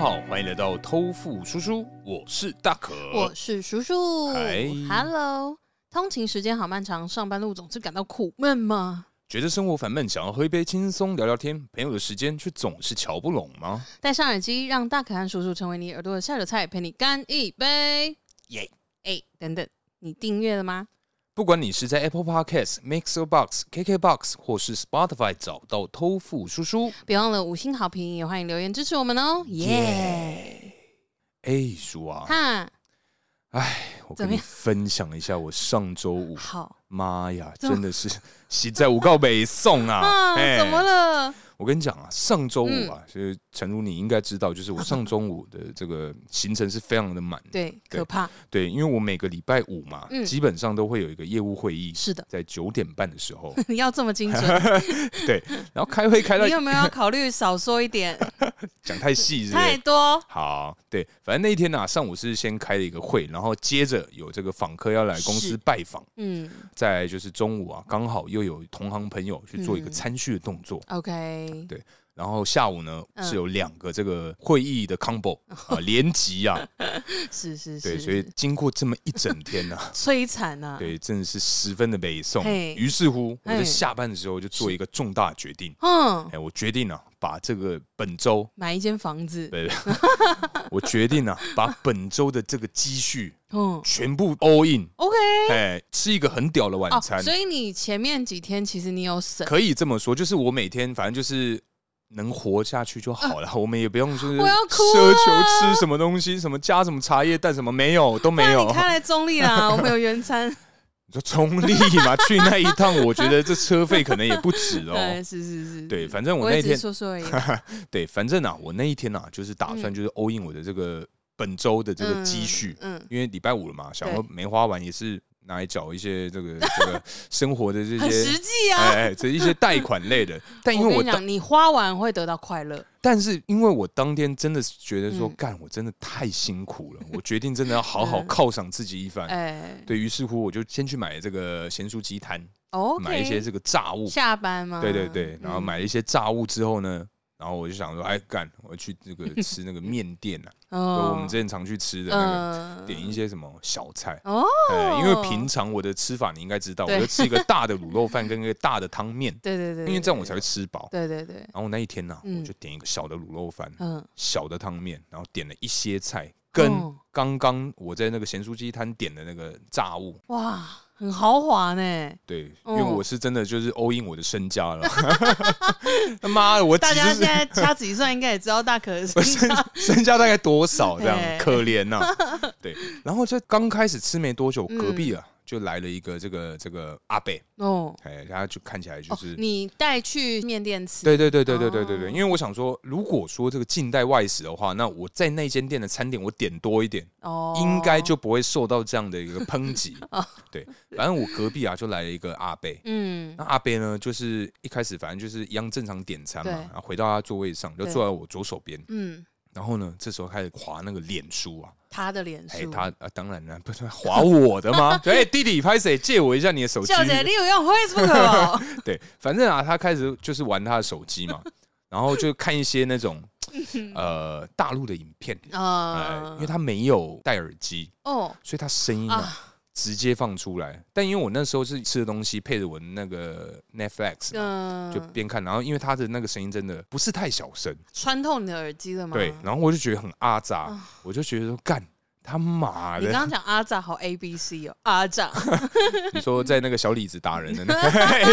好，欢迎来到偷富叔叔，我是大可， 我是叔叔。 嗨 Hello， 通勤时间好漫长，上班路总是感到苦闷吗？ 觉得生活烦闷，想要喝一杯轻松聊聊天，朋友的时间却总是瞧不拢吗？ 戴上耳机，让大可和叔叔成为你耳朵的下酒菜，陪你干一杯。 耶！ 等等，你订阅了吗？ 不管你是在 Apple Podcast、Mixer Box、KK Box 或是 Spotify 找到偷富叔叔， 别忘了5星好评，也欢迎留言支持我们哦。耶！ 叔啊， 哈， 我跟你分享一下我上周五， 好， 妈呀，真的是实在有够北宋啊！ 怎么了？ 我跟你讲啊，上周五啊，就是诚如你应该知道，就是我上周五的这个行程是非常的满， 对，可怕。 对，因为我每个礼拜五嘛，基本上都会有一个业务会议， 是的， 在9点半的时候， 你要这么精准， 对，然后开会开到， 你有没有考虑少说一点？ 讲太细是不是？ 太多。 好，对，反正那一天啊，上午是先开了一个会，然后接着有这个访客要来公司拜访，再来就是中午啊，刚好又有同行朋友去做一个餐叙的动作 ，OK， 对。然后下午呢是有2个这个会议的 combo 啊连集啊， 是， 对，所以经过这么一整天呢， 摧残啊， 对，真的是十分的北宋。于是乎，我在下班的时候就做一个重大决定，我决定啊，把这个本周买一间房子， 对，我决定啊，把本周的这个积蓄，全部 all in，OK， 吃一个很屌的晚餐。 所以你前面几天其实你有省， 可以这么说，就是我每天反正就是能活下去就好了，我们也不用就是我要哭奢求吃什么东西，什么加什么茶叶蛋什么没有都没有。 你开来中立啦，我们有原餐。 你说中立嘛，去那一趟，我觉得这车费可能也不止哦。 是， 对，反正我那一天说而已。 对，反正啊，我那一天啊，就是打算就是 all in 我的这个本周的这个积蓄，因为礼拜五了嘛，想说没花完也是拿来缴一些这个生活的这些很实际啊， 这一些贷款类的。但因为我跟你讲，你花完会得到快乐。 但是因为我当天真的是觉得说，干，我真的太辛苦了，我决定真的要好好犒赏自己一番。对，于是乎，我就先去买这个咸酥鸡摊，买一些这个炸物。 下班吗？ 对，然后买了一些炸物之后呢，然后我就想说，干，我去这个吃那个面店啊，我们之前常去吃的那个，点一些什么小菜。因为平常我的吃法你应该知道，我就吃一个大的卤肉饭跟一个大的汤面。对，因为这样我才会吃饱。对。然后那一天呢，我就点一个小的卤肉饭，小的汤面，然后点了一些菜，跟刚刚我在那个咸酥鸡摊点的那个炸物。哇！ 很豪华呢， 对，因为我是真的就是 all in 我的身家了。他妈的， 大家现在掐指一算，应该也知道大可的身家大概多少，这样可怜呐。对，然后就刚开始吃没多久，隔壁啊就来了一个这个阿伯他就看起来就是你带去面店吃。 对，因为我想说，如果说这个近代外食的话，那我在那间店的餐点我点多一点，应该就不会受到这样的一个抨击。对，反正我隔壁啊就来了一个阿伯，那阿伯呢就是一开始反正就是一样正常点餐嘛，然后回到他座位上就坐在我左手边，然后呢这时候开始滑那个脸书啊。 他的脸书， 他当然了，不是划我的吗？对，弟弟，拍谁借我一下你的手机？ 小姐，你有用 Facebook 哦？ 对，反正啊，他开始就是玩他的手机嘛，然后就看一些那种大陆的影片因为他没有戴耳机所以他声音直接放出来，但因为我那时候是吃的东西配着我的那个 Netflix 就边看，然后因为他的那个声音真的不是太小声， 穿透你的耳机了吗？ 对，然后我就觉得很阿杂，我就觉得说干他妈的！ 你刚刚讲阿杂好 ABC 哦，阿杂。 你说在那个小李子打人的那个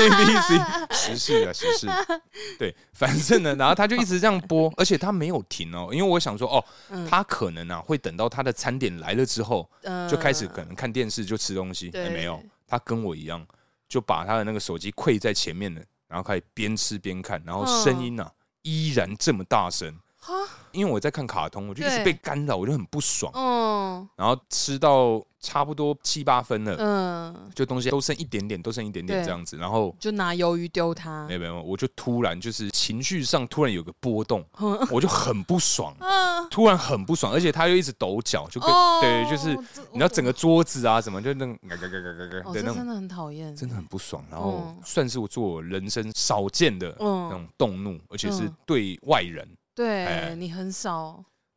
ABC 时事，对，反正呢，然后他就一直这样播，而且他没有停哦，因为我想说他可能会等到他的餐点来了之后，就开始可能看电视就吃东西，没有，他跟我一样，就把他的那个手机跪在前面了，然后开始边吃边看，然后声音依然这么大声。因为我在看卡通，我就一直被干扰，我就很不爽。然后吃到差不多7、8分了，就东西都剩一点点这样子，然后就拿鱿鱼丢他。 没有，我就突然就是情绪上突然有个波动，我就很不爽，突然很不爽，而且他又一直抖脚，就对，就是你知道整个桌子啊什么，就那种这真的很讨厌， 真的很不爽。然后算是我做我人生少见的那种动怒，而且是对外人。 对你很少，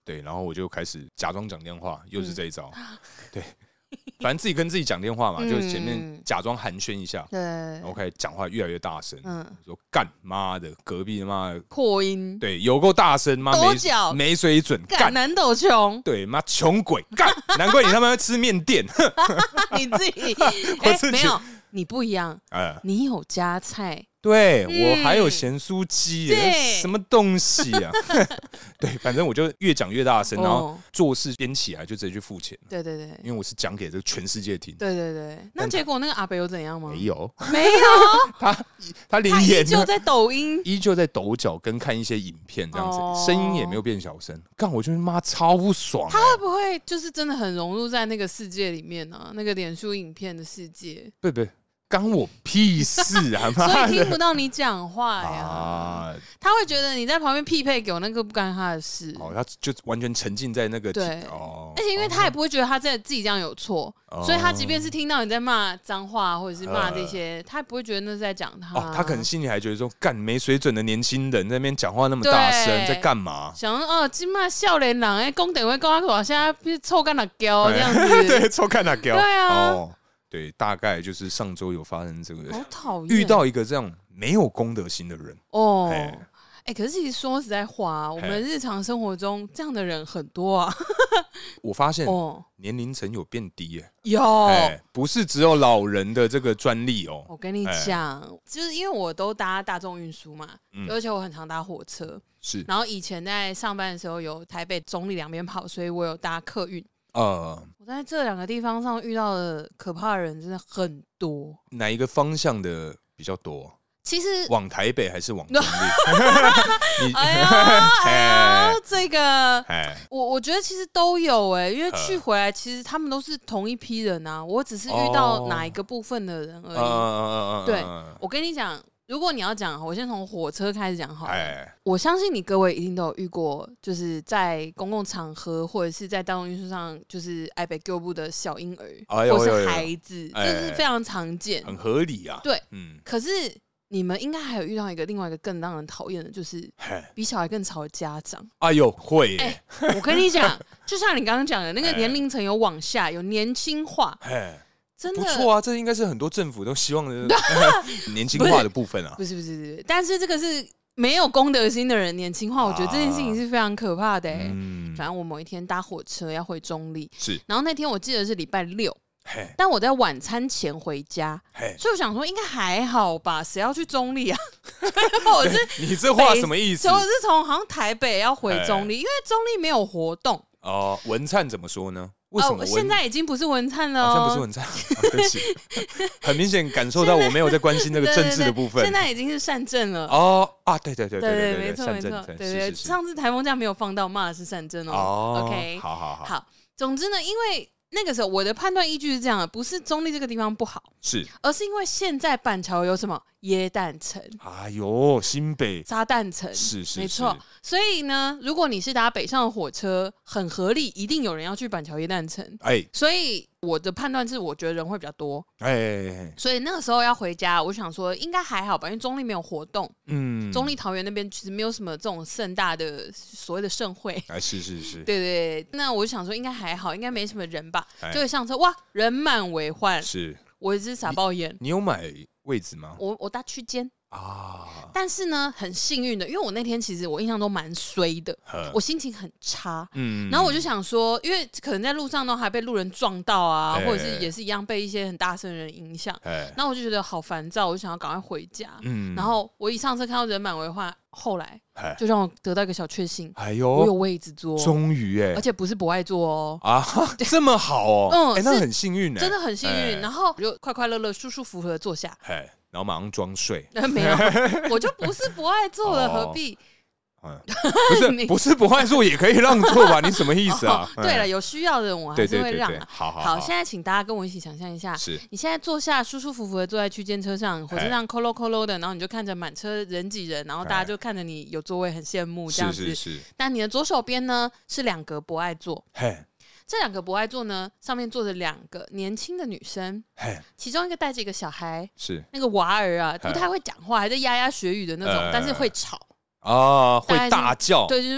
对，然后我就开始假装讲电话，又是这一招，对。反正自己跟自己讲电话嘛，就前面假装寒暄一下， 对， 然后开始讲话越来越大声，说干妈的隔壁他妈的扩音， 对，有够大声，妈没水准， 干南斗穷， 对，妈穷鬼，干，难怪你他妈会吃面店， 你自己，没有，你不一样，你有加菜。 对，我还有咸酥鸡耶，什么东西啊？对，反正我就越讲越大声，然后做事编起来就直接去付钱。 对对对， 因为我是讲给这个全世界听。 对对对，那结果那个阿北有怎样吗？ 没有， 没有， 他连演依旧在抖音， 依旧在抖脚跟看一些影片这样子，声音也没有变小声。干，我觉得妈超不爽。 他会不会就是真的很融入在那个世界里面呢？那个脸书影片的世界？ 不。干我屁事啊！ 所以听不到你讲话呀。他会觉得你在旁边匹配给我那个不干他的事。 他就完全沉浸在那个对而且因为他也不会觉得他自己这样有错，所以他即便是听到你在骂脏话或者是骂这些，他也不会觉得那是在讲他。 他可能心里还觉得说，干没水准的年轻人在那边讲话那么大声，在干嘛？ 想说今嘛少年人讲电话讲啊，现在臭干辣椒这样子。 对，臭干辣椒。 对啊。 对，大概就是上周有发生这个， 好讨厌， 遇到一个这样没有公德心的人哦。可是其实说实在话，我们日常生活中这样的人很多啊。 我发现年龄层有变低耶， 有， 不是只有老人的这个专利哦。 我跟你讲，就是因为我都搭大众运输嘛，而且我很常搭火车， 是。 然后以前在上班的时候有台北中立两边跑，所以我有搭客运。我在这两个地方上遇到的可怕的人真的很多。哪一个方向的比较多？ 其实往台北还是往中立？哎呦，这个我觉得其实都有因为去回来其实他们都是同一批人啊，我只是遇到哪一个部分的人而已。对，我跟你讲。如果你要讲，我先从火车开始讲好了。我相信你各位一定都有遇过，就是在公共场合或者是在大众运输上，就是爱被丢布的小婴儿或是孩子，这是非常常见， 很合理啊。 对，可是你们应该还有遇到另外一个更让人讨厌的，就是比小孩更吵的家长。 哎呦，会！ 我跟你讲，就像你刚刚讲的，那个年龄层有往下，有年轻化。真的不错啊，这应该是很多政府都希望的年轻化的部分啊。 不是，但是这个是没有公德心的人年轻化，我觉得这件事情是非常可怕的。反正我某一天搭火车要回中立， 是， 然后那天我记得是礼拜六，但我在晚餐前回家，所以我想说应该还好吧，谁要去中立啊？我是你这话什么意思？ 我是从好像台北要回中立，因为中立没有活动。 文灿怎么说呢？为什么现在已经不是文灿了？ 好像不是文灿，对不起，很明显感受到我没有在关心那个政治的部分。 现在已经是善政了。 对， 没错，对，上次台风假没有放到，骂的是善政哦。OK， 好。总之呢，因为那个时候我的判断依据是这样的，不是中立这个地方不好， 是， 而是因为现在板桥有什么耶诞城， 哎呦，新北炸弹城， 是， 没错。所以呢，如果你是搭北上的火车，很合理，一定有人要去板桥耶诞城。所以我的判断是，我觉得人会比较多。所以那个时候要回家，我想说应该还好吧，因为中立没有活动。中立桃园那边其实没有什么这种盛大的所谓的盛会。 是， 对。那我就想说应该还好，应该没什么人吧。就会上车，哇，人满为患。 是， 我一直傻爆眼。 你有买位置吗？ 我搭区间。但是呢，很幸运的，因为我那天其实我印象都蛮衰的，我心情很差，然后我就想说，因为可能在路上呢还被路人撞到啊，或者是也是一样被一些很大声的人影响，然后我就觉得好烦躁，我就想要赶快回家，然后我一上车看到人满为患，后来就让我得到一个小确幸，我有位置坐， 终于而且不是不爱坐哦， 这么好哦，那很幸运， 真的很幸运，然后我就快快乐乐、舒舒服服的坐下。 然后马上装睡， 没有，我就不是不爱做了，何必？ 不是不爱做也可以让座吧？你什么意思啊？ 对了，有需要的人我还是会让。 好， 现在请大家跟我一起想象一下， 是你现在坐下，舒舒服服的坐在区间车上，火车上扣喽扣喽的，然后你就看着满车人挤人，然后大家就看着你有座位，很羡慕这样子。 是。 但你的左手边呢是2格不爱坐。这2个不爱坐呢，上面坐着2个年轻的女生，其中一个带着一个小孩， 是那个娃儿啊，不太会讲话，还在牙牙学语的那种，但是会吵会大叫， 对，就是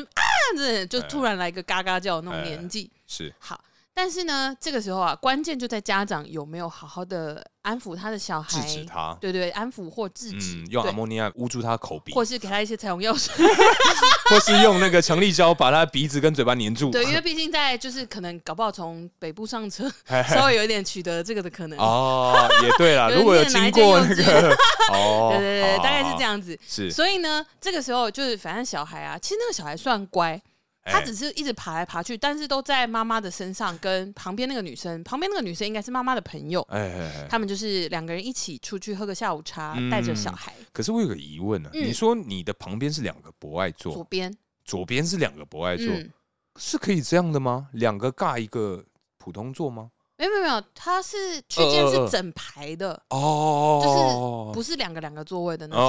子就突然来个嘎嘎叫的那种年纪。 是好，但是呢，这个时候啊，关键就在家长有没有好好的安抚他的小孩， 制止他， 对，安抚或制止， 用阿莫尼亚捂住他口鼻， 或是给他一些彩虹药水， 或是用那个强力胶把他鼻子跟嘴巴粘住。 对，因为毕竟在就是可能搞不好从北部上车，稍微有一点取得这个的可能。 哦，也对啦，如果有经过那个， 对，大概是这样子。 是， 所以呢，这个时候就是反正小孩啊，其实那个小孩算乖。他只是一直爬来爬去，但是都在妈妈的身上，跟旁边那个女生，旁边那个女生应该是妈妈的朋友，他们就是2个人一起出去喝个下午茶，带着小孩。 可是我有个疑问呢，你说你的旁边是2个博爱座，左边是2个博爱座，是可以这样的吗？2个尬1个普通座吗？ 没有，它是区间是整排的就是不是两个座位的那种。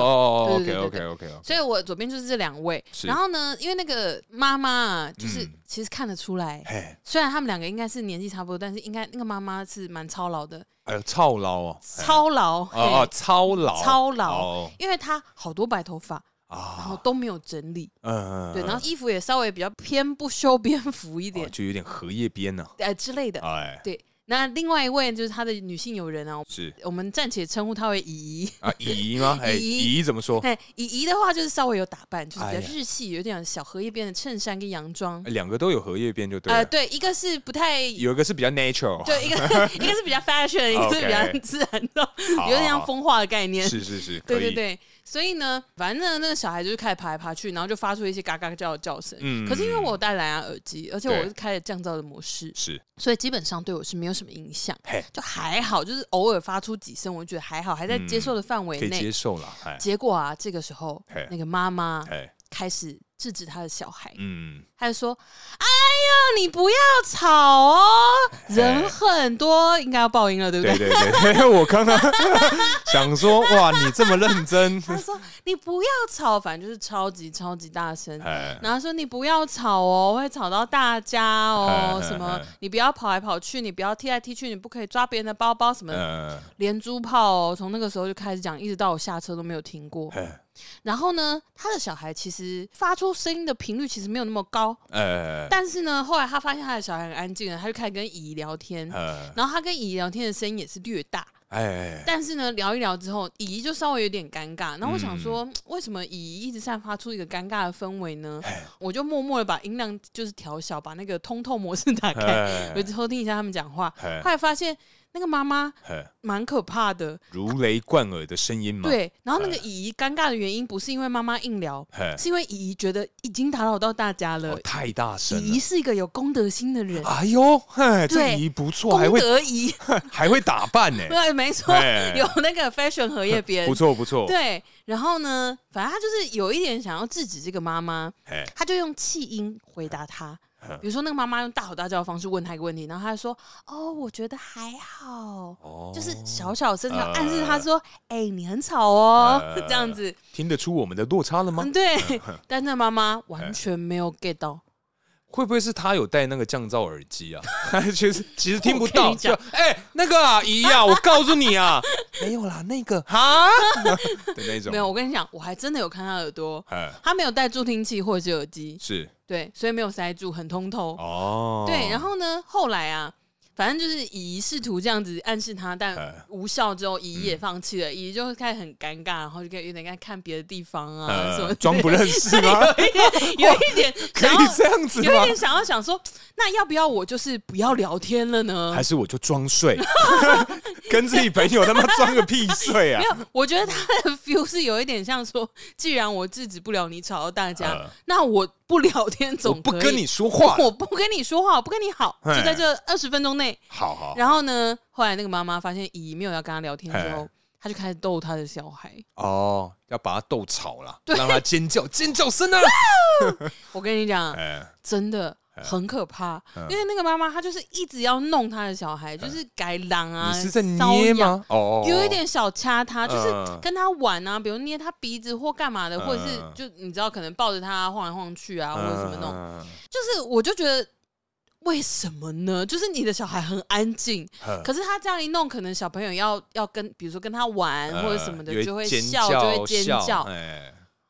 OK。 所以我左边就是这2位，然后呢，因为那个妈妈啊，就是其实看得出来，虽然他们2个应该是年纪差不多，但是应该那个妈妈是蛮操劳的。 操劳哦， 操劳操劳， 因为她好多白头发。然后都没有整理，对，然后衣服也稍微比较偏不修边幅一点， 就有点荷叶边呢， 之类的，对。那另外一位就是他的女性友人啊， 是我们暂且称呼她为姨姨啊，姨姨吗？姨姨怎么说？ 姨姨的话就是稍微有打扮，就是比较日系，有点小荷叶边的衬衫跟洋装 ，2个都有荷叶边就对了。 对，一个是不太， 有一个是比较 natural， 对，一个是比较 fashion， 一个是比较自然的，有点像风化的概念。 是， 对。所以呢，反正那个小孩就是开始爬来爬去，然后就发出一些嘎嘎叫的叫声。可是因为我有戴蓝牙耳机，而且我是开了降噪的模式，所以基本上对我是没有什么影响，就还好，就是偶尔发出几声，我就觉得还好，还在接受的范围内， 可以接受了。 结果啊，这个时候那个妈妈开始制止他的小孩，他就说：“哎呀，你不要吵哦，人很多，应该要爆音了，对不对？” 对，我刚刚想说，哇，你这么认真。 他说：“你不要吵，反正就是超级大声。”然后说：“你不要吵哦，会吵到大家哦。什么？你不要跑来跑去，你不要踢来踢去，你不可以抓别人的包包，什么连珠炮哦。”从那个时候就开始讲，一直到我下车都没有停过。然后呢，他的小孩其实发出声音的频率其实没有那么高，但是呢，后来他发现他的小孩很安静了，他就开始跟姨姨聊天，然后他跟姨姨聊天的声音也是略大，但是呢，聊一聊之后，姨姨就稍微有点尴尬。然后我想说，为什么姨姨一直散发出一个尴尬的氛围呢？我就默默的把音量就是调小，把那个通透模式打开，我就偷听一下他们讲话，后来发现。那个妈妈蛮可怕的， 如雷贯耳的声音嘛。 对，然后那个姨姨尴尬的原因不是因为妈妈硬聊，是因为姨姨觉得已经打扰到大家了， 太大声了。 姨姨是一个有公德心的人。 哎呦，这姨不错， 公德姨还会打扮呢。 对，没错，有那个 fashion 荷叶边， 不错。 对，然后呢，反正他就是有一点想要制止这个妈妈，他就用气音回答她。比如说，那个妈妈用大吼大叫的方式问他一个问题，然后他就说：“哦，我觉得还好，就是小声的暗示他说：‘你很吵哦’，这样子听得出我们的落差了吗？” 对，但那妈妈完全没有 get 到。 会不会是他有戴那个降噪耳机啊？其实听不到。就那个啊，姨啊，我告诉你啊，没有啦，那个哈的那种。 没有，我跟你讲，我还真的有看他耳朵，他没有戴助听器或者是耳机， 是对，所以没有塞住，很通透。对，然后呢，后来啊。反正就是姨姨试图这样子暗示他，但无效之后，姨姨也放弃了。姨姨就开始很尴尬，然后就有点看别的地方啊，什么装不认识吗？ 有一点可以这样子吗？ 有一点想说，那要不要我就是不要聊天了呢？ 还是我就装睡，跟自己朋友他妈装个屁睡啊？ 没有，我觉得他的 feel 是有一点像说，既然我制止不了你吵到大家，那我不聊天总可以， 我不跟你说话， 我不跟你说话，我不跟你好，就在这20分钟内。 好。 然后呢，后来那个妈妈发现姨姨没有要跟他聊天之后，他就开始逗他的小孩。 要把他逗吵了，让他尖叫声啊！ 我跟你讲，真的。很可怕，因为那个妈妈她就是一直要弄她的小孩，就是改狼啊， 你是在捏吗？ 有一点小掐他，就是跟他玩啊，比如捏他鼻子或干嘛的，或者是就你知道可能抱着他晃来晃去啊，或者什么那种，就是我就觉得为什么呢？就是你的小孩很安静，可是他这样一弄，可能小朋友要跟比如说跟他玩或者什么的，就会笑，就会尖叫。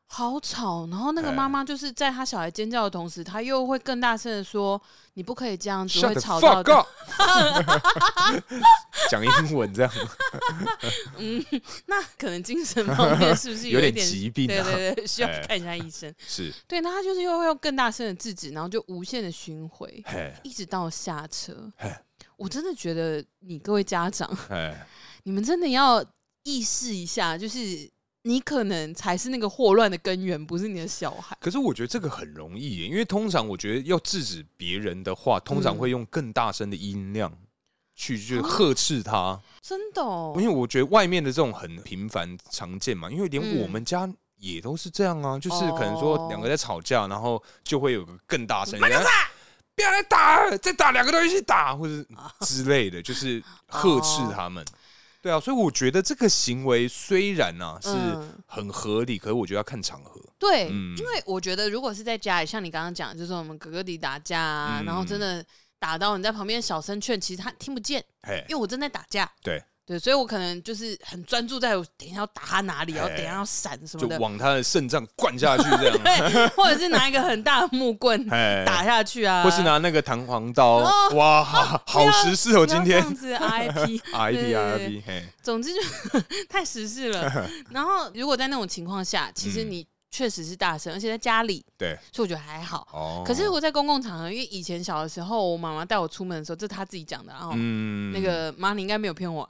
好吵。然后那个妈妈就是在她小孩尖叫的同时，她又会更大声的说：“你不可以这样子，会吵到的。” 讲英文这样， 那可能精神方面是不是有点疾病？ 对对对，需要看一下医生。 是， 对，那他就是又会用更大声的制止，然后就无限的巡回，一直到下车。我真的觉得你各位家长，你们真的要意识一下，就是你可能才是那个祸乱的根源，不是你的小孩。 可是我觉得这个很容易耶，因为通常我觉得要制止别人的话，通常会用更大声的音量去呵斥他。 真的哦， 因为我觉得外面的这种很频繁常见嘛，因为连我们家也都是这样啊，就是可能说两个在吵架，然后就会有个更大声，不要来打，再打两个都一起打，或者之类的，就是呵斥他们。对啊，所以我觉得这个行为虽然是很合理，可是我觉得要看场合。 对，因为我觉得如果是在家里，像你刚刚讲，就是我们哥哥弟打架啊，然后真的打到你在旁边小声劝，其实他听不见，因为我正在打架。对，所以我可能就是很专注在我等一下要打他哪里，然后等一下要闪什么的， 就往他的肾脏灌下去这样。 对，或者是拿一个很大的木棍打下去啊， 或是拿那个弹簧刀。哇，好时事哦，今天这样子 RIP， 总之就太时事了。然后如果在那种情况下，其实你确实是大声，而且在家里， 对， 所以我觉得还好。可是如果在公共场合，因为以前小的时候，我妈妈带我出门的时候，这是她自己讲的，然后那个妈，你应该没有骗我，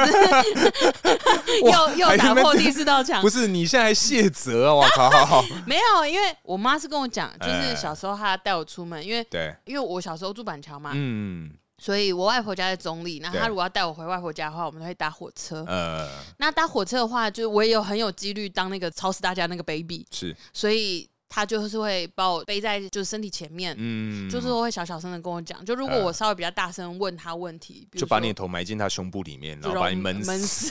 又打破第四道墙。 不是，你现在还卸责啊！我靠， 没有，因为我妈是跟我讲，就是小时候她带我出门，因为我小时候住板桥嘛，所以我外婆家在中立，那她如果要带我回外婆家的话，我们都会搭火车。那搭火车的话，就是我也很有几率当那个吵死大家那个 baby， 是，所以她就是会把我背在就是身体前面，就是会小小声的跟我讲，就如果我稍微比较大声问她问题， 就把你的头埋进她胸部里面，然后把你闷死。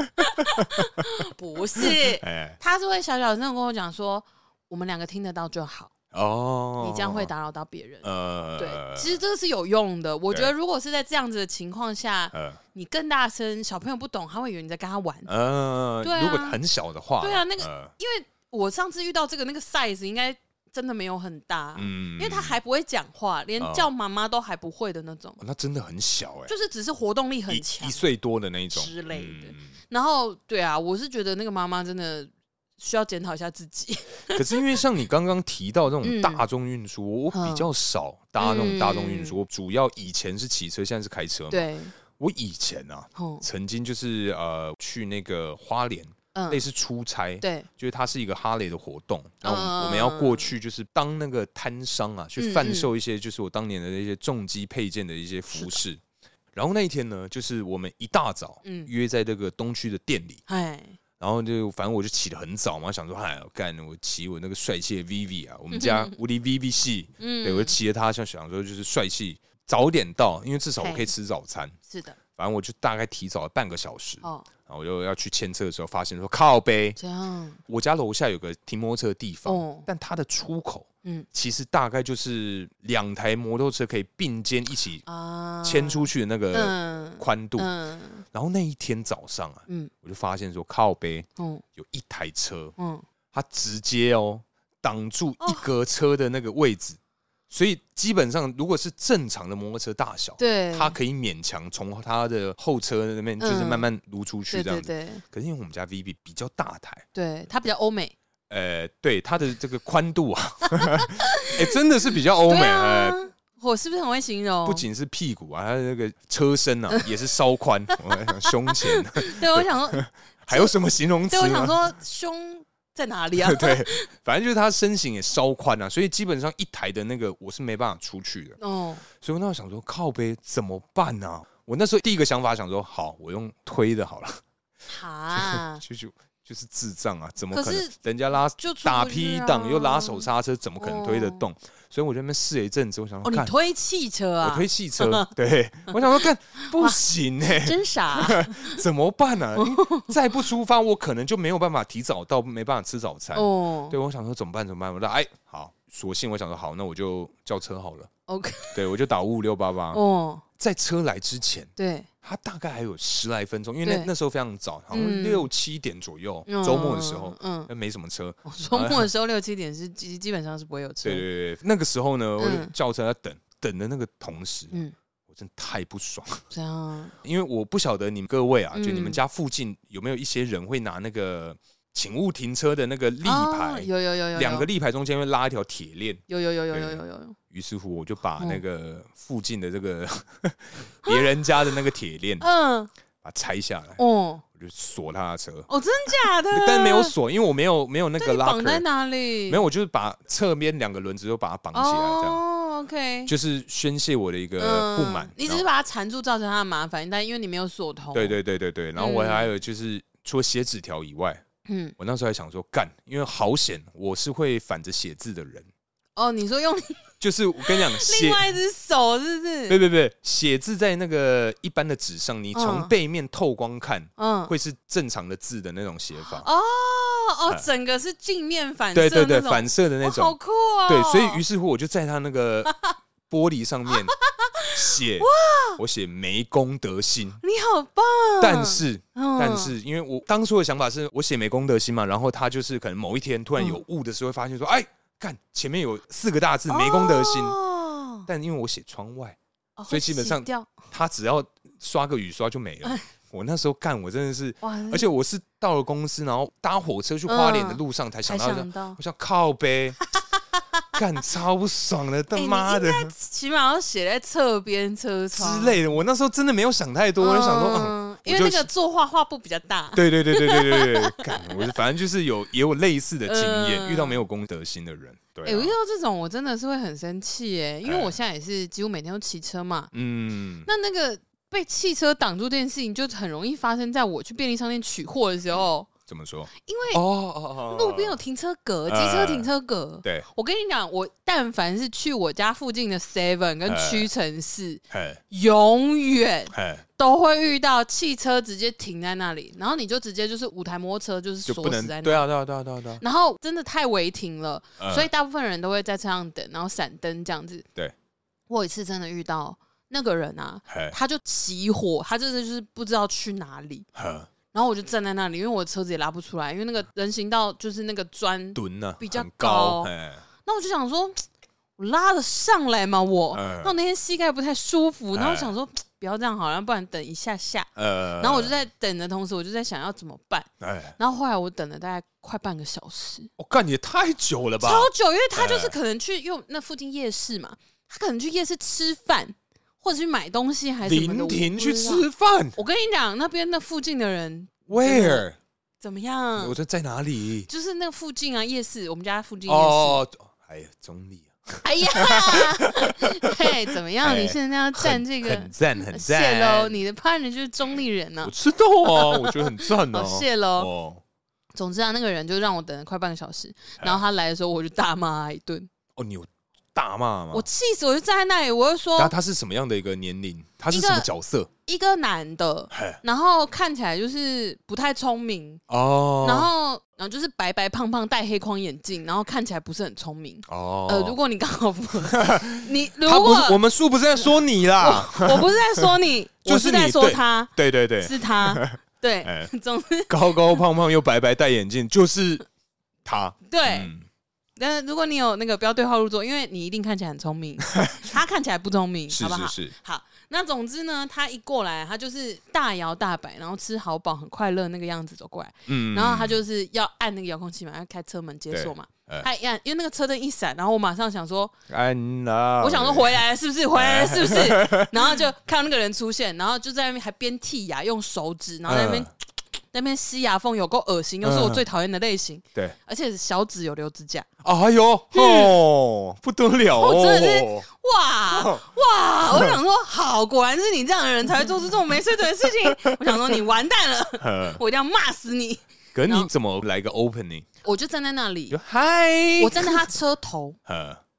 不是，她是会小小声的跟我讲说，我们两个听得到就好。你这样会打扰到别人。对，其实这个是有用的。我觉得如果是在这样子的情况下，你更大声，小朋友不懂，他会以为你在跟他玩。对啊， 如果很小的话， 对啊，那个，因为我上次遇到这个那个 size 应该真的没有很大，因为他还不会讲话，连叫妈妈都还不会的那种。 那真的很小哎， 就是只是活动力很强， 1岁多的那一种之类的。然后，对啊，我是觉得那个妈妈真的需要检讨一下自己。 可是因为像你刚刚提到这种大众运输，我比较少搭那种大众运输，我主要以前是骑车，现在是开车嘛。 对， 我以前曾经就是去那个花莲，类似出差，对，就是它是一个哈雷的活动，然后我们要过去，就是当那个摊商啊，去贩售一些就是我当年的一些重机配件的一些服饰。然后那一天呢，就是我们一大早约在这个东区的店里，然后就反正我就起得很早嘛，想说我骑我那个帅气的 VV 啊，我们家无敌 VV 系，对，我就骑着它，想说就是帅气，早点到，因为至少我可以吃早餐。是的，反正我就大概提早了半个小时，然后我就要去牵车的时候，发现说靠北，这样，我家楼下有个停摩托车的地方，但它的出口，其实大概就是2台摩托车可以并肩一起牵出去的那个宽度。然后那一天早上啊，我就发现说靠北，有一台车，它直接挡住一格车的那个位置。所以基本上，如果是正常的摩托车大小，对，它可以勉强从它的后车那边就是慢慢撸出去这样子。对。可是因为我们家 VV 比较大台， 对，它比较欧美。 对，它的这个宽度啊，真的是比较欧美。 我是不是很会形容？ 不仅是屁股啊，它的那个车身啊也是稍宽，我想胸前。 对，我想说还有什么形容词？ 对，我想说胸。在哪里啊？ 对，反正就是他身形也稍宽啊，所以基本上一台的那个我是没办法出去的。所以我那时候想说，靠北怎么办啊？我那时候第一个想法想说，好，我用推的好了。就是智障啊，怎么可能？人家打 P 档又拉手刹车，怎么可能推得动？所以我在那边试了一阵子，我想说， 你推汽车啊？ 我推汽车，对，我想说，干不行真傻， 怎么办呢？再不出发，我可能就没有办法提早到，没办法吃早餐。对，我想说怎么办？我说，好，索性我想说，好，那我就叫车好了。OK， 对，我就打556888。在车来之前，对， 他大概还有10来分钟，因为那时候非常早，好像6、7点左右，周末的时候，没什么车。 周末的时候6、7点是基本上是不会有车。 对对对，那个时候呢，我就叫车要等的那个同时，我真的太不爽。 这样， 因为我不晓得你们各位啊，就你们家附近有没有一些人会拿那个请勿停车的那个立牌， 有 2个立牌中间会拉一条铁链， 有。 于是乎，我就把那个附近的这个别人家的那个铁链，把它拆下来，我就锁他的车。 哦，真的假的？ 但没有锁，因为我没有那个 locker。 绑在哪里？ 没有，我就是把侧边2个轮子都把它绑起来，这样。 OK， 就是宣泄我的一个不满。 你只是把它缠住，造成他的麻烦，但因为你没有锁头。 对。然后我还有就是，除了写纸条以外，我那时候还想说，因为好险，我是会反着写字的人。 哦，你说用就是我跟你讲， 另外一只手是不是？ 对，写字在那个一般的纸上，你从背面透光看，会是正常的字的那种写法。 整个是镜面反射， 对，反射的那种， 好酷哦！ 对，所以于是乎我就在他那个玻璃上面写，我写没公德心。 你好棒！ 但是，因为我当初的想法是我写没公德心嘛，然后他就是可能某一天突然有雾的时候，会发现说，干前面有4个大字没公德心，但因为我写窗外，所以基本上他只要刷个雨刷就没了。我那时候我真的是，而且我是到了公司，然后搭火车去花莲的路上才想到，我想靠北，干超不爽的，他妈的！ 起码要写在侧边车窗之类的。我那时候真的没有想太多，我就想说， 因为那个作画布比较大。 对，干，我反正就是也有类似的经验，遇到没有公德心的人。对， 我遇到这种我真的是会很生气耶，因为我现在也是几乎每天都骑车嘛。那个被汽车挡住这件事情，就很容易发生在我去便利商店取货的时候。 怎么说？ 因为路边有停车格，机车停车格。 对， 我跟你讲，我但凡是去我家附近的 Seven 跟屈臣氏，永远都会遇到汽车直接停在那里，然后你就直接就是5台摩托车就是锁死在那里。 对啊。 然后真的太违停了，所以大部分人都会在车上等，然后闪灯这样子。 对， 我有一次真的遇到那个人啊，他就起火，他真的就是不知道去哪里。然后我就站在那里，因为我的车子也拉不出来，因为那个人行道就是那个砖比较高。那我就想说，我拉得上来吗？那我那天膝盖不太舒服，然后我想说不要这样好了，不然等一下下。然后我就在等的同时，我就在想要怎么办。然后后来我等了大概快半个小时。 我干，也太久了吧？ 超久，因为他就是可能去用那附近夜市嘛，他可能去夜市吃饭。或者去买东西还是什么的， 临停去吃饭。 我跟你讲，那边那附近的人 ，Where 怎么样？ 我说在哪里？ 就是那个附近啊，夜市，我们家附近夜市。 哎呀，中立啊！ 哎呀，嘿，怎么样？你现在要站这个， 很赞， 谢喽！你的 partner 就是中立人呢。 我知道啊，我觉得很赞哦。 谢喽。总之啊，那个人就让我等了快半个小时，然后他来的时候，我就大骂他一顿。 你有大骂吗？ 我气死，我就站在那里，我就说， 他是什么样的一个年龄？他是什么角色？ 一个男的，然后看起来就是不太聪明哦，然后就是白白胖胖，戴黑框眼镜，然后看起来不是很聪明哦。如果你刚好你如果我们不是在说你啦， 我不是在说你，我是在说他， 对， 是他，对，总之高高胖胖又白白戴眼镜，就是他， 对。但是如果你有那个不要对号入座，因为你一定看起来很聪明，他看起来不聪明，好不好？ 是。 好，那总之呢，他一过来，他就是大摇大摆，然后吃好饱，很快乐那个样子走过来，然后他就是要按那个遥控器嘛，要开车门解锁嘛，他一按，因为那个车灯一闪，然后我马上想说，我想说回来了是不是？回来了是不是？然后就看到那个人出现，然后就在那边还边剔牙，用手指，然后在那边吸牙缝，有够恶心，又是我最讨厌的类型。对，而且小指有留指甲。 哎呦，不得了哦！ 真的是哇！我想说，好，果然是你这样的人才会做出这种没水准的事情。我想说，你完蛋了，我一定要骂死你。 可是你怎么来个 opening？ 我就站在那里， 嗨， 我站在他车头，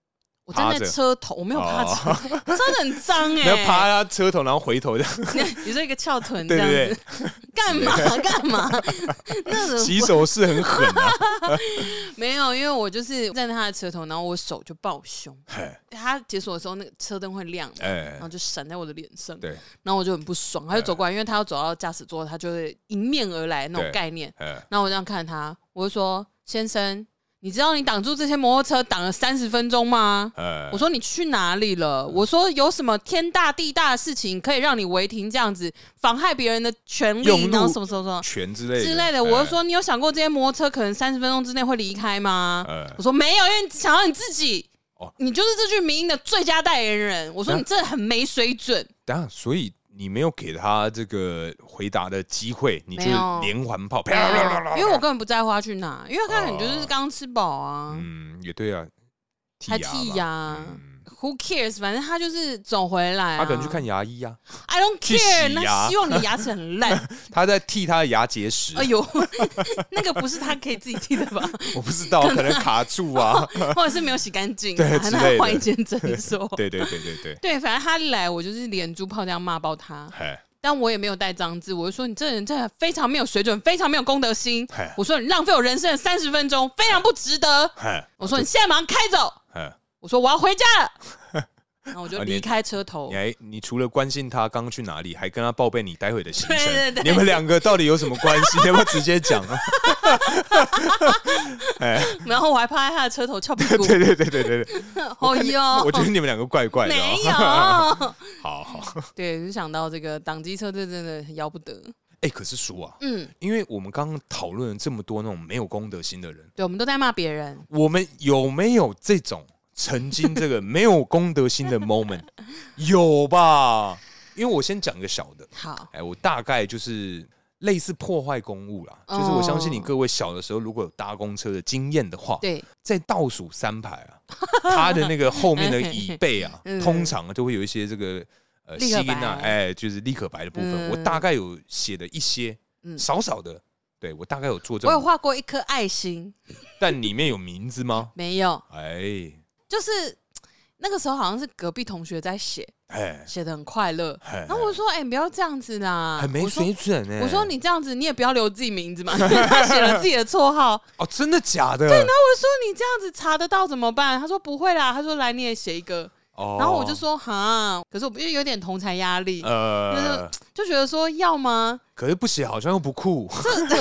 我站在车头，我没有趴车，车子很脏哎， 没有趴他车头，然后回头这样。 你说一个翘臀这样子，干嘛？那种洗手是很狠啊。 没有，因为我就是站在他的车头，然后我手就抱胸。他解锁的时候，那个车灯会亮，然后就闪在我的脸上。对，然后我就很不爽，他就走过来，因为他要走到驾驶座，他就会迎面而来那种概念。然后我这样看他，我就说：“先生。”你知道你挡住这些摩托车挡了30分钟吗？我说你去哪里了？我说有什么天大地大的事情可以让你违停这样子，妨害别人的权利，然后什么权之类的。我就说你有想过这些摩托车可能30分钟之内会离开吗？我说没有，因为想要你自己，你就是这句名言的最佳代言人。我说你真的很没水准。 等下，所以。你没有给他这个回答的机会，你就是连环炮， 因为我根本不在乎他去哪，因为他可能就是刚吃饱啊。 也对啊， 还剔牙。Who cares？ 反正他就是走回来、啊， 他可能去看牙医啊。 I don't care。那希望你牙齿很烂。 他在剃他的牙结石。 哎呦，那个不是他可以自己剃的吧？ 我不知道，可能卡住啊， 或者是没有洗干净， 对， 还他换一间诊所。 对。 对，反正他来，我就是连珠炮这样骂爆他。但我也没有带脏字，我就说你这人真的非常没有水准，非常没有公德心。我说你浪费我人生的30分钟，非常不值得。我说你现在马上开走。我说我要回家了，然后我就离开车头。 你除了关心他刚去哪里，还跟他报备你待会的行程。 对， 你们2个到底有什么关系？你要不要直接讲啊？ 然后我还趴在他的车头翘屁股。 对。 哦哟， 我觉得你们2个怪怪的。 没有。 好。 对，就想到这个挡机车，这真的要不得。 可是叔啊，因为我们刚刚讨论了这么多那种没有公德心的人， 对，我们都在骂别人。 我们有没有这种？曾经这个没有公德心的 moment 有吧？因为我先讲一个小的， 好， 我大概就是类似破坏公物啦，就是我相信你各位小的时候如果有搭公车的经验的话， 对， 在倒数3排啊，它的那个后面的椅背啊，通常都会有一些这个吸音啊，就是立可白的部分，我大概有写的一些，少少的。对，我大概有做这种， 我有画过一颗爱心， 但里面有名字吗？ 没有，就是那个时候好像是隔壁同学在写，写得很快乐。然后我说：“你不要这样子啦， 很没水准我说：“你这样子，你也不要留自己名字嘛。”因为他写了自己的绰号。 哦，真的假的？ 对。然后我说：“你这样子查得到怎么办？”他说：“不会啦。”他说：“来，你也写一个。”然后我就说：“哈，可是我因为有点同侪压力，就觉得说要吗？ 可是不写好像又不酷， 就是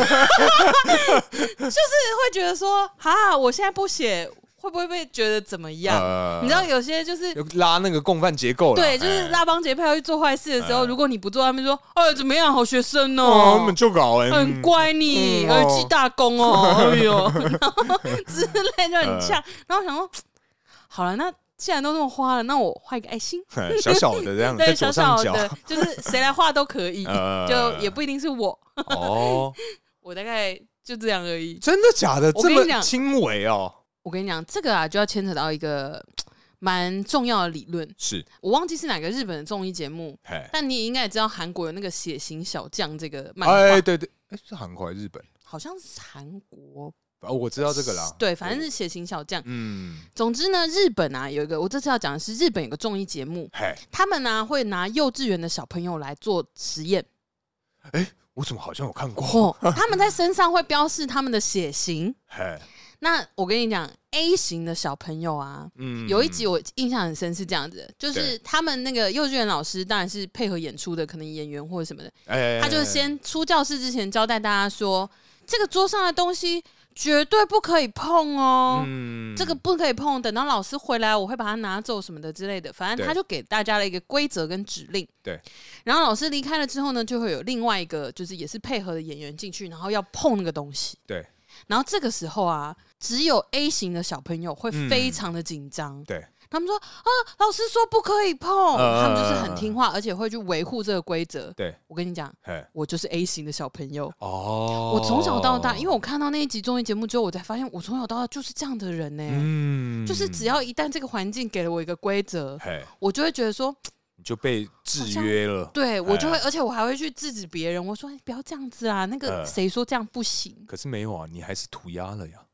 会觉得说，哈，我现在不写。”会不会被觉得怎么样？你知道有些就是拉那个共犯结构了， 对，就是拉帮结派要去做坏事的时候，如果你不做，他们说，怎么样，好学生哦， 他们就搞很乖你，记大功哦，哎呦，然后之类就很呛。然后想说，好了，那既然都这么花了，那我画一个爱心， 小小的这样， 对， 在左上角， 就是谁来画都可以，就也不一定是我。我大概就这样而已。 真的假的？这么轻微哦？ 我跟你讲，这个就要牵扯到一个蛮重要的理论， 是我忘记是哪个日本的综艺节目，但你也应该也知道韩国有那个血型小将这个漫画， 对，是韩国还是日本？ 好像是韩国。 我知道这个啦， 对，反正是血型小将。总之呢，日本有一个，我这次要讲的是日本有个综艺节目，他们会拿幼稚园的小朋友来做实验。 我怎么好像有看过？ 他们在身上会标示他们的血型。那我跟你讲 ，A 型的小朋友啊，有一集我印象很深，是这样子的，就是他们那个幼稚园老师当然是配合演出的，可能演员或者什么的，他就先出教室之前交代大家说，这个桌上的东西绝对不可以碰哦，这个不可以碰，等到老师回来我会把它拿走什么的之类的，反正他就给大家了一个规则跟指令。对，然后老师离开了之后呢，就会有另外一个就是也是配合的演员进去，然后要碰那个东西。对。然后这个时候啊，只有 A 型的小朋友会非常的紧张。对，他们说老师说不可以碰，他们就是很听话，而且会去维护这个规则。对，我跟你讲，我就是 A 型的小朋友。我从小到大，因为我看到那一集综艺节目之后，我才发现我从小到大就是这样的人呢。就是只要一旦这个环境给了我一个规则，我就会觉得说。 你就被制约了， 对我就会，而且我还会去制止别人。我说：“不要这样子啊，那个谁说这样不行？” 可是没有啊，你还是涂鸦了呀。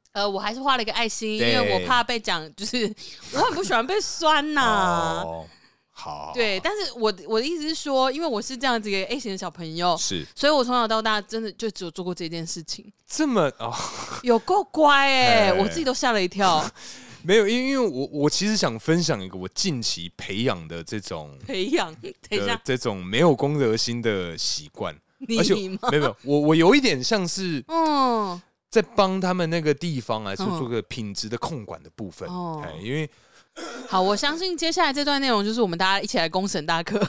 我还是画了一个爱心，因为我怕被讲，就是我很不喜欢被酸呐。 好， 对，但是我的意思是说，因为我是这样子一个 A 型的小朋友， 是， 所以我从小到大真的就只有做过这件事情。 这么有够乖我自己都吓了一跳。 没有，因为我其实想分享一个我近期培养的这种等一下这种没有公德心的习惯，而且吗？ 没有，我有一点像是在帮他们那个地方来做个品质的控管的部分，因为。 好，我相信接下来这段内容就是我们大家一起来公审大课。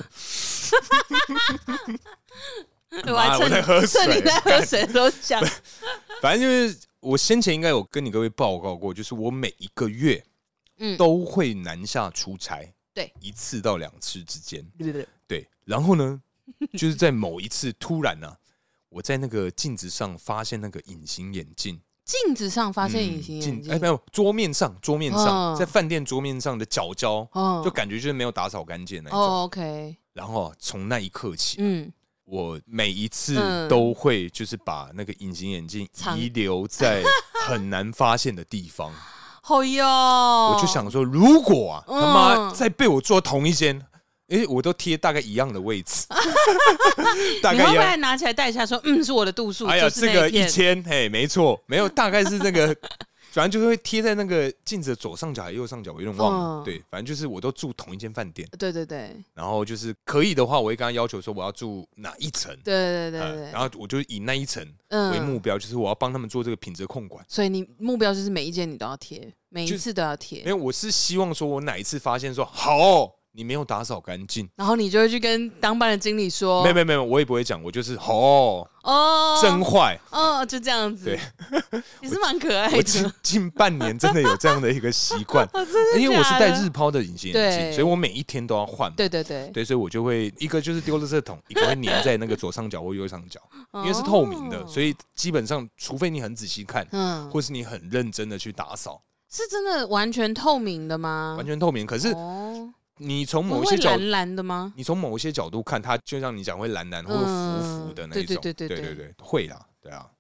我在喝水， 趁你在喝水的时候讲。 反正就是我先前应该有跟你各位报告过，就是我每一个月都会南下出差，对，1次到2次之间，对。然后呢，就是在某一次突然呢，我在那个镜子上发现那个隐形眼镜。 镜子上发现隐形眼镜， 没有，桌面上，在饭店桌面上的角胶，就感觉就是没有打扫干净那种。 OK。 然后从那一刻起，我每一次都会就是把那个隐形眼镜遗留在很难发现的地方。 好哟！ 我就想说，如果他妈再被我做同一间。我都贴大概一样的位置， 大概你会不会拿起来戴一下说，是我的度数？ 哎呀，这个1000，没错，没有，大概是那个，反正就是会贴在那个镜子的左上角还是右上角，我有点忘了。对，反正就是我都住同一间饭店。 对。 然后就是可以的话，我会跟他要求说我要住哪一层。 对。 然后我就以那一层为目标，就是我要帮他们做这个品质控管。 所以你目标就是每一间你都要贴，每一次都要贴。 因为我是希望说我哪一次发现说好。你没有打扫干净， 然后你就会去跟当班的经理说， 没有，我也不会讲，我就是真坏就这样子，对，你是蛮可爱的。 我近半年真的有这样的一个习惯，因为我是戴日抛的隐形眼镜，所以我每一天都要换。对，所以我就会一个就是丢垃圾桶，一个会粘在那个左上角或右上角，因为是透明的，所以基本上除非你很仔细看，或是你很认真的去打扫， 是真的完全透明的吗？ 完全透明，可是。你从某一些角蓝蓝的吗？ 你从某一些角度看，它就像你讲会蓝蓝或者浮浮的那种，对，会啦，对啊，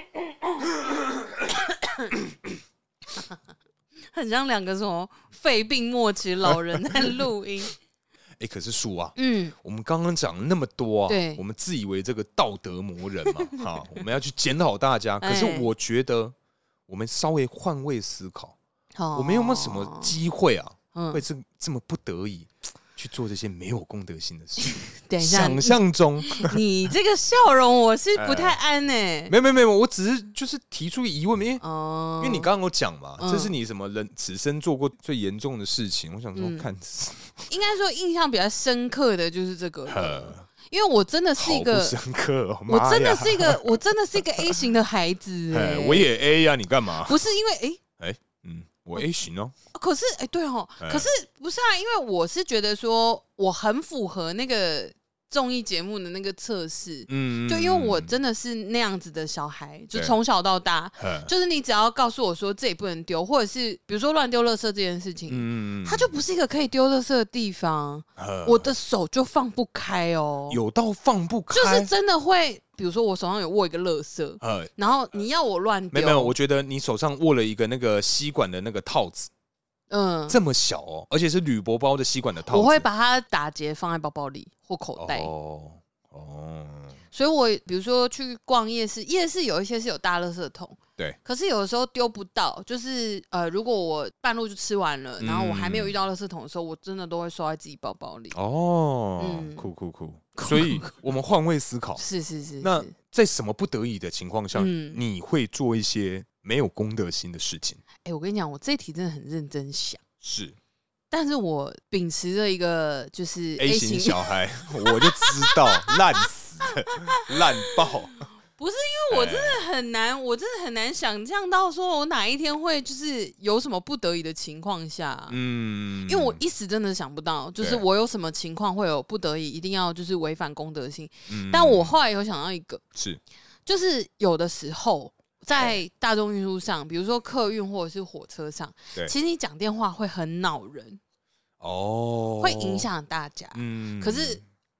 很像两个什么肺病末期老人在录音。 可是树啊，我们刚刚讲了那么多啊，我们自以为这个道德魔人嘛，哈，我们要去检讨大家。可是我觉得，我们稍微换位思考，我们有没有什么机会啊？会这么不得已去做这些没有公德心的事？ 等一下， 想象中你这个笑容我是不太安没有，我只是就是提出疑问，因为你刚刚有讲嘛，这是你什么此生做过最严重的事情？我想说，看， 应该说印象比较深刻的就是这个，因为我真的是一个深刻， 我真的是一个 A 型的孩子， 我也 A 呀，你干嘛？ 不是因为我 A 型哦， 可是对哦，可是不是啊？因为我是觉得说我很符合那个综艺节目的那个测试，就因为我真的是那样子的小孩，就从小到大，就是你只要告诉我说这也不能丢，或者是比如说乱丢垃圾这件事情，它就不是一个可以丢垃圾的地方，我的手就放不开哦， 有到放不开， 就是真的会。比如说我手上有握一个垃圾，然后你要我乱丢， 没有，我觉得你手上握了一个那个吸管的那个套子，这么小哦，而且是铝箔包的吸管的套子， 我会把它打结放在包包里或口袋。所以我比如说去逛夜市，夜市有一些是有大垃圾桶，对，可是有的时候丢不到，就是如果我半路就吃完了，然后我还没有遇到垃圾桶的时候，我真的都会收在自己包包里。 酷。所以我们换位思考， 是。 那在什么不得已的情况下，你会做一些没有公德心的事情？ 我跟你讲，我这一题真的很认真想， 是， 但是我秉持着一个就是 A 型小孩，我就知道烂死了，烂爆。 不是因为我真的很难想象到说我哪一天会就是有什么不得已的情况下，因为我一时真的想不到，就是我有什么情况会有不得已一定要就是违反公德心。但我后来有想到一个，就是有的时候在大众运输上，比如说客运或者是火车上，其实你讲电话会很恼人，会影响大家。可是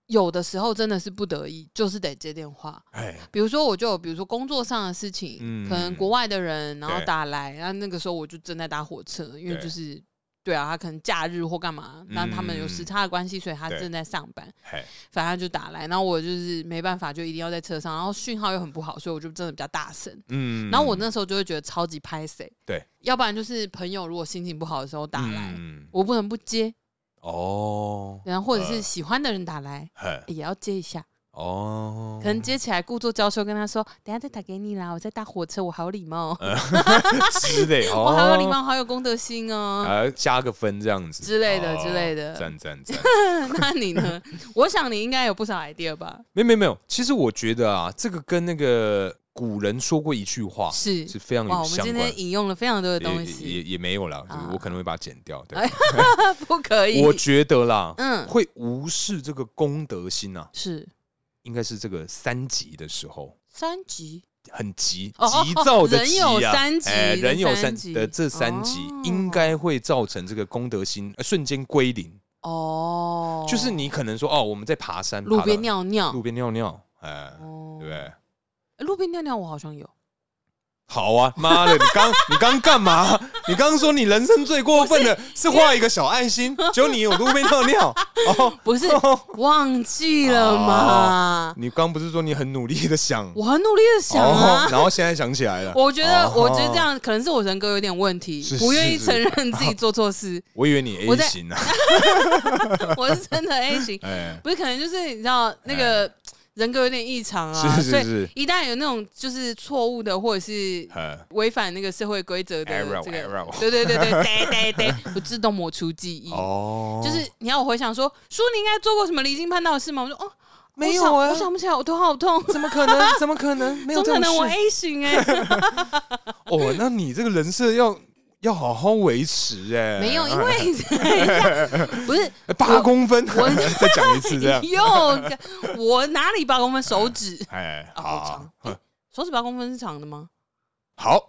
有的时候真的是不得已，就是得接电话。比如说比如说工作上的事情，可能国外的人然后打来，然后那个时候我就正在搭火车，因为就是对啊，他可能假日或干嘛，那他们有时差的关系，所以他正在上班，反正他就打来，然后我就是没办法，就一定要在车上，然后讯号又很不好，所以我就真的比较大声。然后我那时候就会觉得超级拍谁， 对， 要不然就是朋友如果心情不好的时候打来，我不能不接。然后或者是喜欢的人打来，也要接一下。可能接起来故作娇羞跟他说：“等一下再打给你啦，我在搭火车，我好礼貌。” 之类， 我好有礼貌，好有公德心哦。 加个分这样子之类的之类的。 赞。 那你呢？我想你应该有不少 idea 吧？ 没有。其实我觉得啊，这个跟那个古人说过一句话是非常有相关。 我们今天引用了非常多的东西， 也没有啦，我可能会把它剪掉。对， 不可以。 我觉得啦，会无视这个公德心啊， 是。 应该是这个3级的时候 ，3级很急躁的急啊， 人有3 级的这3级应该会造成这个公德心瞬间归零。就是你可能说我们在爬山， 路边尿尿， 对不对？ 路边尿尿我好像有。 好啊，妈的！你刚干嘛？你刚说你人生最过分的是画一个小爱心，结果你有路边尿尿。 不是忘记了吗？ 你刚不是说你很努力的想？ 我很努力的想啊， 然后现在想起来了。 我觉得这样可能是我人格有点问题，不愿意承认自己做错事。 我以为你 A 型啊， 我是真的 A 型，不是可能就是你知道那个。人格有点异常啊，所以一旦有那种就是错误的或者是违反那个社会规则的这个，对，我自动抹除记忆。就是你要我回想说，叔你应该做过什么离经叛道的事吗？我说没有啊， 我想不起来，我头好痛。 怎么可能？没有这种事。 怎么可能我 A 型那你这个人设要好好维持没有，因为不是 8公分，我再讲一次这样。 我哪里8公分？手指好长，手指8公分是长的吗？ 好，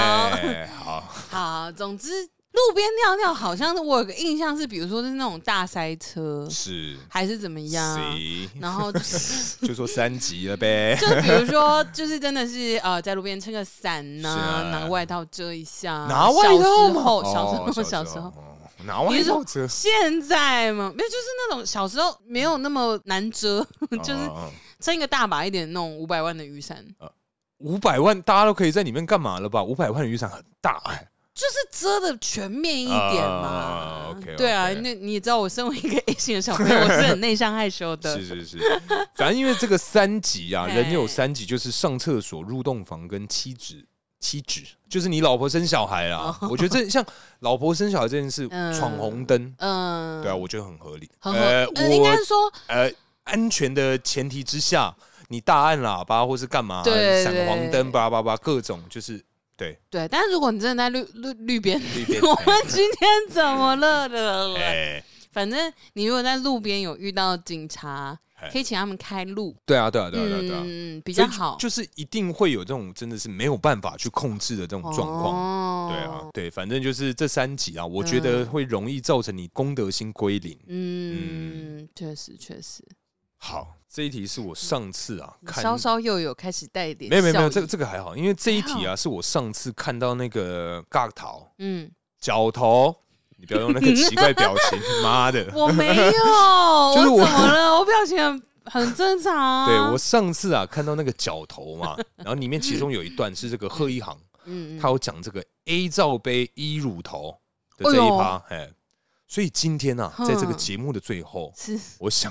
总之路边尿尿好像是我有个印象是，比如说是那种大塞车， 是还是怎么样？然后就说3级了呗。 就比如说，就是真的是在路边撑个伞呐，拿个外套遮一下。 拿外套吗？ 小时候拿外套遮。 现在嘛，没有，就是那种小时候没有那么难遮，就是撑一个大把一点那种500万的雨伞。 500万大家都可以在里面干嘛了吧？500万的雨伞很大就是遮的全面一点嘛。对啊，那你也知道，我身为一个 A 型的小朋友，我是很内向害羞的。 是，反正因为这个3级啊，人有3级，就是上厕所、入洞房跟妻子，就是你老婆生小孩啦。我觉得这像老婆生小孩这件事，闯红灯，对啊，我觉得很合理。 应该是说， 安全的前提之下，你大按喇叭或是干嘛，闪黄灯，叭叭叭，各种就是。对， 但是如果你真的在路边，我们今天怎么了的？反正你如果在路边有遇到警察，可以请他们开路。 对啊， 比较好。 就是一定会有这种真的是没有办法去控制的这种状况。对啊，对，反正就是这3级啊，我觉得会容易造成你公德心归零。 确实。 好，这一题是我上次看稍稍又有开始带一点没有，这个还好，因为这一题是我上次看到那个尬头，脚头，你不要用那个奇怪表情，妈的， 我没有，就是我怎么了？我表情很正常。 对，我上次看到那个脚头嘛，然后里面其中有一段是这个贺一航，他有讲这个 A 罩杯E乳头的这一趴，所以今天在这个节目的最后，我想。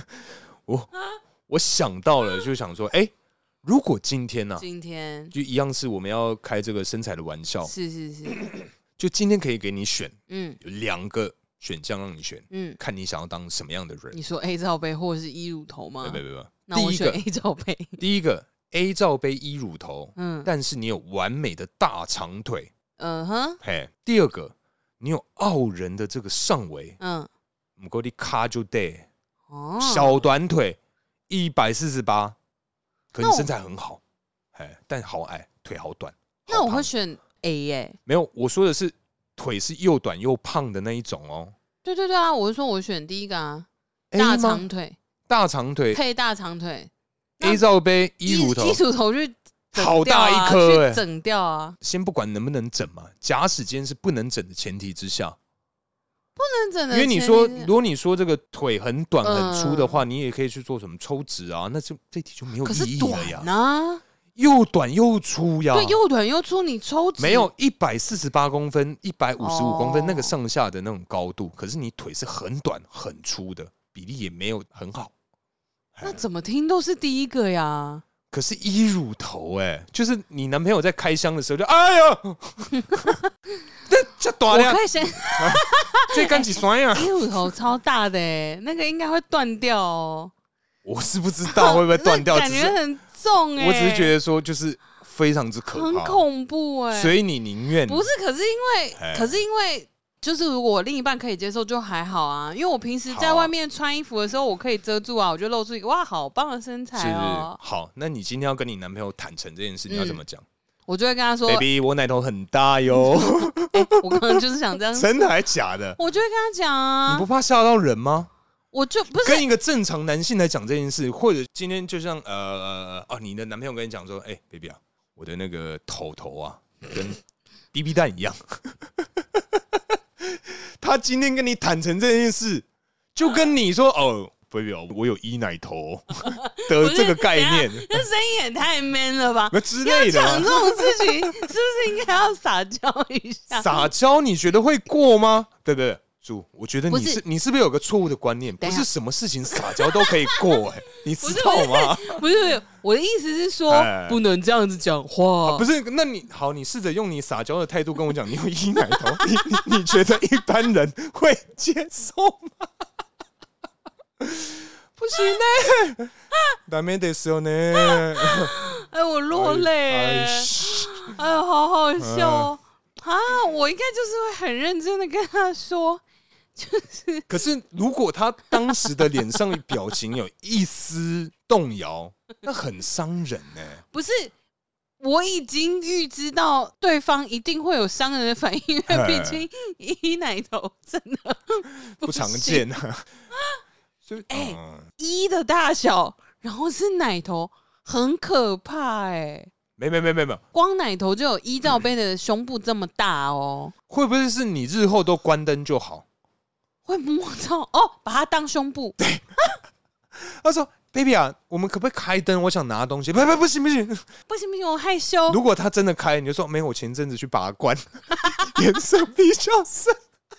我想到了，就想说，如果今天就一样是我们要开这个身材的玩笑， 是， 就今天可以给你选，有2个选项让你选，看你想要当什么样的人。你说 A 罩杯或者是E乳头吗？ 不， 那我选 A 罩杯。 第一个 A 罩杯E乳头，但是你有完美的大长腿，第二个你有傲人的这个上围，不过你卡就得。小短腿148，可是你身材很好，但好矮，腿好短。 那我会选 A 没有，我说的是腿是又短又胖的那一种哦。 对啊，我是说我选第一个大长腿。 大长腿配大长腿 ，A 罩杯一乳头， 一乳头去整掉啊， 好大一颗去整掉啊！ 先不管能不能整嘛，假使今天是不能整的前提之下， 不能整的因前提是， 为你说，如果你说这个腿很短很粗的话，你也可以去做什么抽脂啊，那就这题就没有意义了呀。 可是短啊， 又短又粗呀， 对，又短又粗，你抽脂没有148公分、155公分那个上下的那种高度，可是你腿是很短很粗的，比例也没有很好。 那怎么听都是第一个呀。 可是一乳头就是你男朋友在开箱的时候就哎呀，这短呀， 我可以先这干几酸呀？ 一乳头超大的那个应该会断掉哦。 我是不知道会不会断掉， 感觉很重我只是觉得说就是非常之可怕， 很恐怖所以你宁愿不是？可是因为。就是如果我另一半可以接受就还好啊，因为我平时在外面穿衣服的时候，我可以遮住啊，我就露出一个哇好棒的身材哦。 好，那你今天要跟你男朋友坦诚这件事，你要怎么讲？ 我就会跟他说 ，baby， 我奶头很大哟。 我刚刚就是想这样， 真的还假的？ 我就会跟他讲啊。 你不怕吓到人吗？ 我就不是跟一个正常男性来讲这件事，或者今天就像你的男朋友跟你讲说，baby 啊，我的那个头啊，跟 BB 弹一样。他今天跟你坦诚这件事，就跟你说baby， 我有奶头的这个概念， 这声音也太 man 了吧？ 之类的。 要讲这种事情，是不是应该要撒娇一下？ 撒娇你觉得会过吗？对不对？主，我觉得你是不是有个错误的观念？不是什么事情撒娇都可以过你知道吗？ 不是，我的意思是说，不能这样子讲话。 不是，那你试着用你撒娇的态度跟我讲，你有一奶头，你觉得一般人会接受吗？不行呢，ダメですよね。 我落泪哎呦，好好笑哦！我应该就是会很认真的跟他说。就是， 可是如果他当时的脸上表情有一丝动摇，那很伤人不是，我已经预知到对方一定会有伤人的反应，因为毕竟一奶头真的不常见啊。所以一的大小，然后是奶头，很可怕没， 光奶头就有一罩杯的胸部这么大哦。 会不会是你日后都关灯就好？ 会摸到把它当胸部。 对，他说 ：“baby 啊，我们可不可以开灯？我想拿东西。”不行， 我害羞。 如果他真的开，你就说没有，我前阵子去把它关，颜色比较深。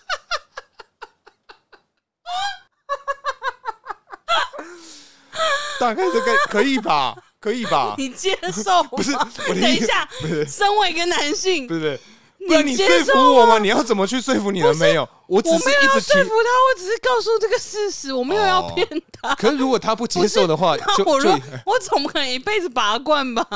大概这个可以吧？可以吧？ 你接受吗？ 不是， 等一下，身为一个男性， 不是。不然你说服我吗？你要怎么去说服你男朋友？我只是一直没有要说服他，我只是告诉这个事实，我没有要骗他。 可是如果他不接受的话， 我总不可能一辈子拔罐吧？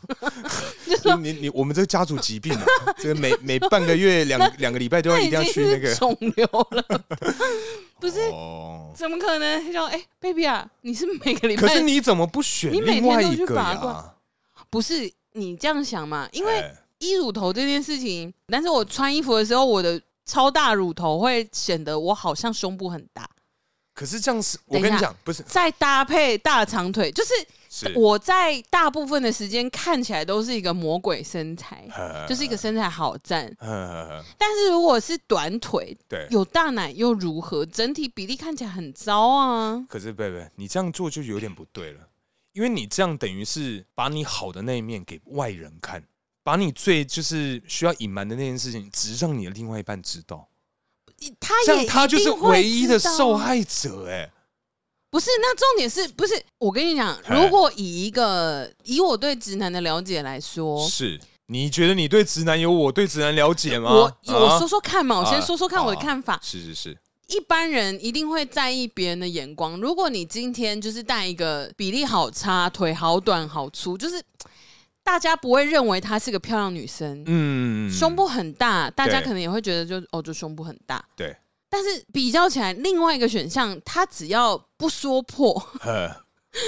我们这个家族疾病啊，这个每半个月两个礼拜都要一定要去那个肿瘤了。不是，怎么可能？说baby 啊，你是每个礼拜， 可是你怎么不选另外一个呀？ 不是你这样想嘛？因为一乳头这件事情，但是我穿衣服的时候，我的超大乳头会显得我好像胸部很大。 可是这样是，我跟你讲，不是再搭配大长腿，就是我在大部分的时间看起来都是一个魔鬼身材，就是一个身材好赞。但是如果是短腿， 对， 有大奶又如何？整体比例看起来很糟啊。 可是贝贝，你这样做就有点不对了，因为你这样等于是把你好的那一面给外人看。把你最就是需要隐瞒的那件事情，只让你的另外一半知道，这样他就是唯一的受害者不是，那重点是不是？我跟你讲，如果以我对直男的了解来说， 是你觉得你对直男有我对直男了解吗？ 我说说看嘛，我先说说看我的看法。 是。 一般人一定会在意别人的眼光。如果你今天就是带一个比例好差、腿好短好粗，就是。大家不会认为她是个漂亮女生，胸部很大，大家可能也会觉得就胸部很大， 对。 但是比较起来，另外一个选项，她只要不说破，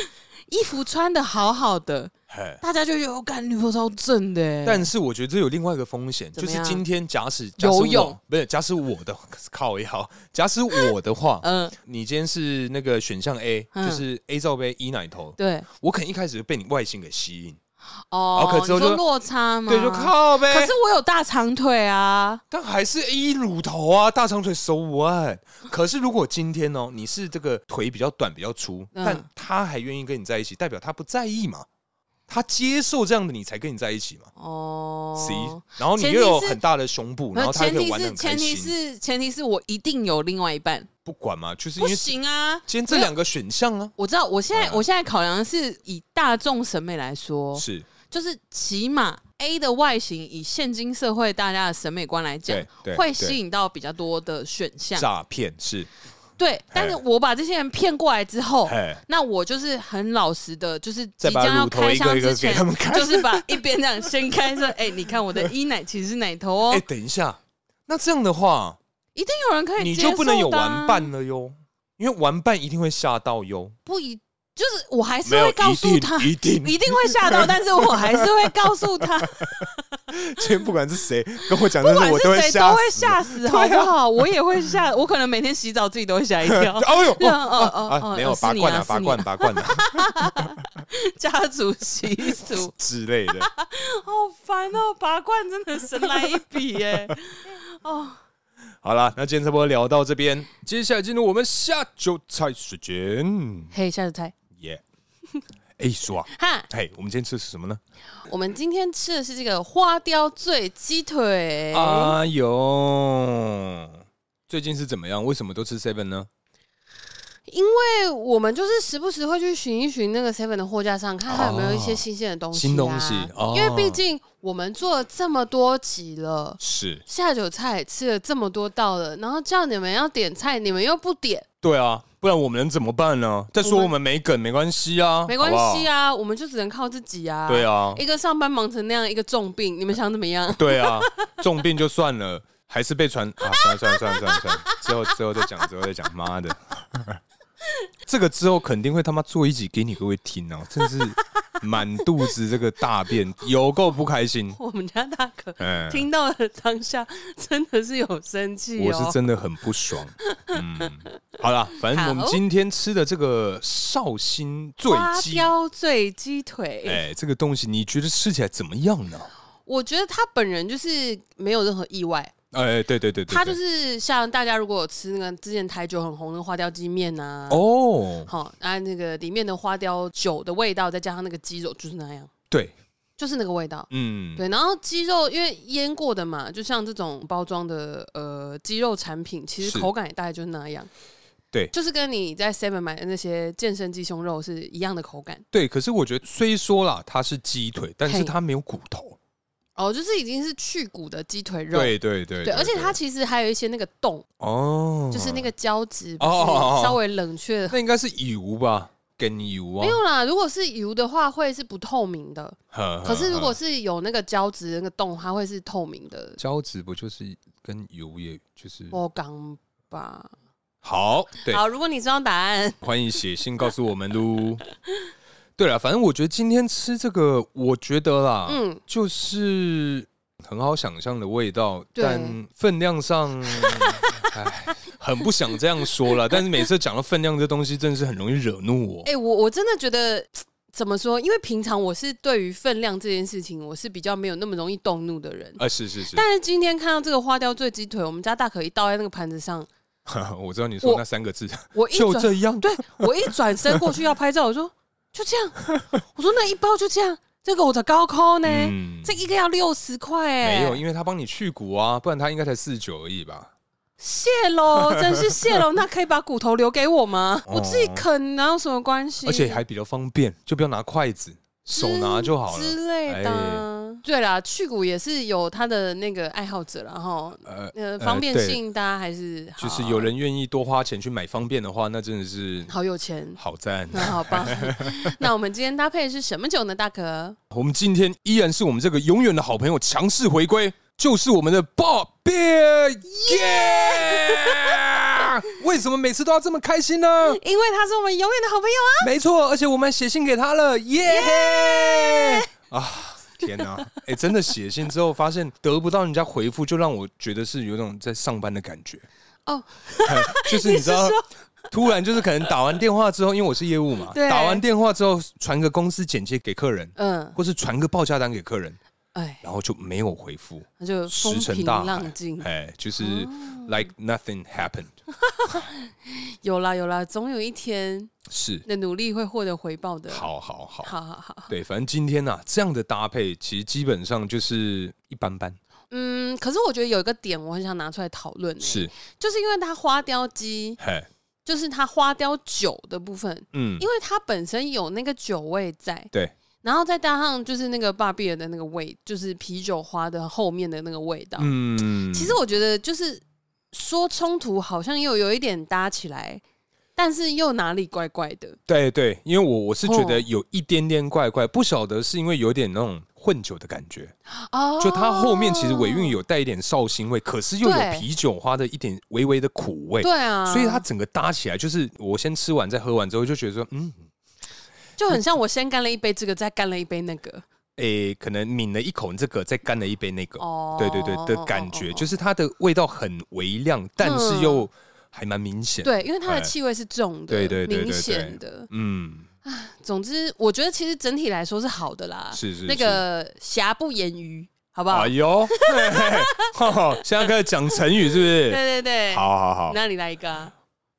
衣服穿的好好的，大家就有感女朋友超正的。 但是我觉得这有另外一个风险，就是今天假使游泳不是假使我的靠也好，假使我的话，你今天是那个选项 A，就是 A 罩杯 E 奶头， 对， 我可能一开始被你外形给吸引。 可之后就落差嘛， 对，就靠呗。 可是我有大长腿啊， 但还是一乳头啊，大长腿 so what？ 可是如果今天你是这个腿比较短比较粗，但他还愿意跟你在一起，代表他不在意嘛，他接受这样的你才跟你在一起嘛。See？ 然后你又有很大的胸部，然后他可以玩得很开心。 前提是我一定有另外一半。 不管嘛，就是因为不行啊， 今天这两个选项啊， 我知道，我现在考量的是以大众审美来说，就是起码 A 的外形，以现今社会大家的审美观来讲，会吸引到比较多的选项。 诈骗是， 对，但是我把这些人骗过来之后，那我就是很老实的，就是即将要开箱之前，就是把一边这样掀开说，你看我的一奶其实是奶头哦。 等一下，那这样的话。 一定有人可以接受的， 你就不能有玩伴了哟，因为玩伴一定会吓到哟。 就是我还是会告诉他， 一定会吓到，但是我还是会告诉他。 今天不管是谁跟我讲，但是我都会吓死，好不好？我也会吓，我可能每天洗澡自己都会吓一跳。 哎呦，没有拔罐的， 家族习俗之类的， 好烦哦！拔罐真的神来一笔耶， 好啦，那今天差不多聊到这边，接下来进入我们下酒菜时间。 嘿，下酒菜， 耶！说啊，我们今天吃的是什么呢？ 我们今天吃的是这个花雕醉鸡腿。 哎呦，最近是怎么样？为什么都吃 Seven 呢？ 因为我们就是时不时会去寻一寻那个 Seven 的货架上，看看有没有一些新鲜的东西、 新东西。 因为毕竟我们做了这么多集了， 是下酒菜吃了这么多道了，然后叫你们要点菜，你们又不点。 对啊，不然我们能怎么办呢？再说我们没梗没关系啊， 没关系啊，好不好？我们就只能靠自己啊。 对啊， 一个上班忙成那样，一个重病，你们想怎么样？ 对啊，重病就算了，还是被传啊！算了，之后再讲，妈的！这个之后肯定会他妈做一集给你各位听哦，真是满肚子这个大便，有够不开心。 我们家大可听到的当下真的是有生气哦， 我是真的很不爽。好啦，反正我们今天吃的这个绍兴醉鸡， 花雕醉鸡腿， 这个东西你觉得吃起来怎么样呢？ 我觉得他本人就是没有任何意外。 对， 它就是像大家如果有吃那个之前台酒很红的花雕鸡面啊，好，那个里面的花雕酒的味道，再加上那个鸡肉，就是那样， 对， 就是那个味道，对。然后鸡肉因为腌过的嘛，就像这种包装的鸡肉产品，其实口感也大概就是那样。 对， 就是跟你在 Seven 买的那些健身鸡胸肉是一样的口感。 对，可是我觉得虽说啦，它是鸡腿，但是它没有骨头。 就是已经是去骨的鸡腿肉， 对， 而且它其实还有一些那个洞就是那个胶质稍微冷却， 那应该是油吧，跟油啊， 没有啦，如果是油的话会是不透明的，可是如果是有那个胶质那个洞，它会是透明的。 胶质不就是跟油也就是我刚吧？ 好， 如果你知道答案， 欢迎写信告诉我们喽。对了，反正我觉得今天吃这个，我觉得啦，就是很好想象的味道，但分量上，很不想这样说啦。但是每次讲到分量这东西，真的是很容易惹怒我。 我真的觉得怎么说？因为平常我是对于分量这件事情，我是比较没有那么容易动怒的人。 是。 但是今天看到这个花雕醉鸡腿，我们家大可一倒在那个盘子上。 我知道你说那3个字， 我就这样。 对，我一转身过去要拍照，我说。就这样，我说那一包就这样，这个我的高抠呢，这一个要60块没有，因为他帮你去骨啊，不然他应该才49而已吧。 谢喽，真是谢喽，那可以把骨头留给我吗？我自己啃哪有什么关系？ 而且还比较方便，就不要拿筷子，手拿就好了之类的。对啦，去骨也是有他的那个爱好者，然后方便性大家还是就是有人愿意多花钱去买方便的话，那真的是好有钱， 好赞， 那好棒。那我们今天搭配的是什么酒呢，大可？ 我们今天依然是我们这个永远的好朋友强势回归，就是我们的爆变耶！ 啊，为什么每次都要这么开心呢？ 因为他是我们永远的好朋友啊！ 没错，而且我们写信给他了，耶！啊，天哪！真的写信之后发现得不到人家回复，就让我觉得是有种在上班的感觉。哦，就是你知道。突然就是可能打完电话之后，因为我是业务嘛，打完电话之后传个公司简介给客人，或是传个报价单给客人，然后就没有回复， 那就风平浪静， 就是 like nothing happened。 有啦，总有一天是的努力会获得回报的。 好，对，反正今天啊这样的搭配，其实基本上就是一般般。 可是我觉得有一个点我很想拿出来讨论， 是就是因为它花雕鸡。就是它花雕酒的部分，因为它本身有那个酒味在， 对， 然后再加上就是那个巴比尔的那个味，就是啤酒花的后面的那个味道，其实我觉得就是说冲突好像又有一点搭起来，但是又哪里怪怪的， 对，因为我是觉得有一点点怪怪，不晓得是因为有点那种混酒的感觉，就它后面其实尾韵有带一点绍兴味，可是又有啤酒花的一点微微的苦味， 对啊， 所以它整个搭起来就是我先吃完再喝完之后就觉得说， 就很像我先干了一杯这个，再干了一杯那个， 可能抿了一口这个，再干了一杯那个，对的感觉，就是它的味道很微亮，但是又还蛮明显， 对，因为它的气味是重的，对，明显的，总之，我觉得其实整体来说是好的啦， 是那个瑕不掩瑜，好不好？ 哎呦，现在开始讲成语是不是？ 对， 好， 那你来一个啊？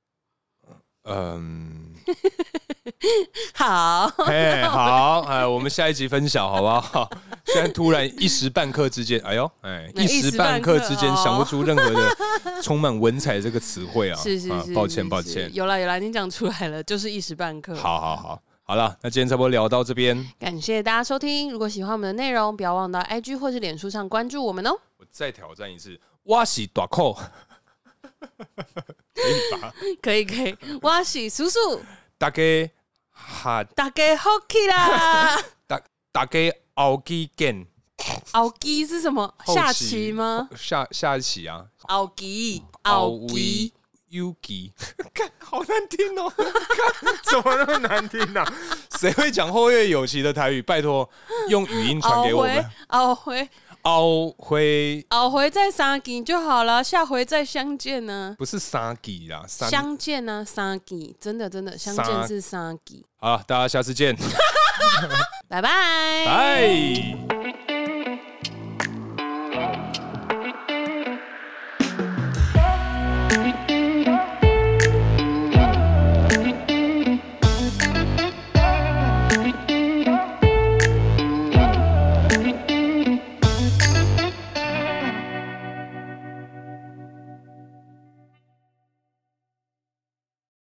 好， 好，我们下一集分享好不好？现在突然一时半刻之间，一时半刻之间想不出任何的充满文采这个词汇啊！ 是， 抱歉， 有啦，你讲出来了，就是一时半刻。 好了，那今天差不多聊到这边， 感谢大家收听。如果喜欢我们的内容，不要忘到 IG 或是脸书上关注我们哦。 我再挑战一次，我是大扣，可以吧？ 可以，我是叔叔， 大家好起啦， 大家后期见。 后期是什么？下期吗？ 下期啊， 后期。 Yuki， 看好难听哦！怎么那么难听啊？谁会讲后会有期的台语？拜托，用语音传给我们。后回再三见就好了，下回再相见呢？ 不是三见啦， 相见呢？三见，真的相见是三见。 好，大家下次见， 拜拜。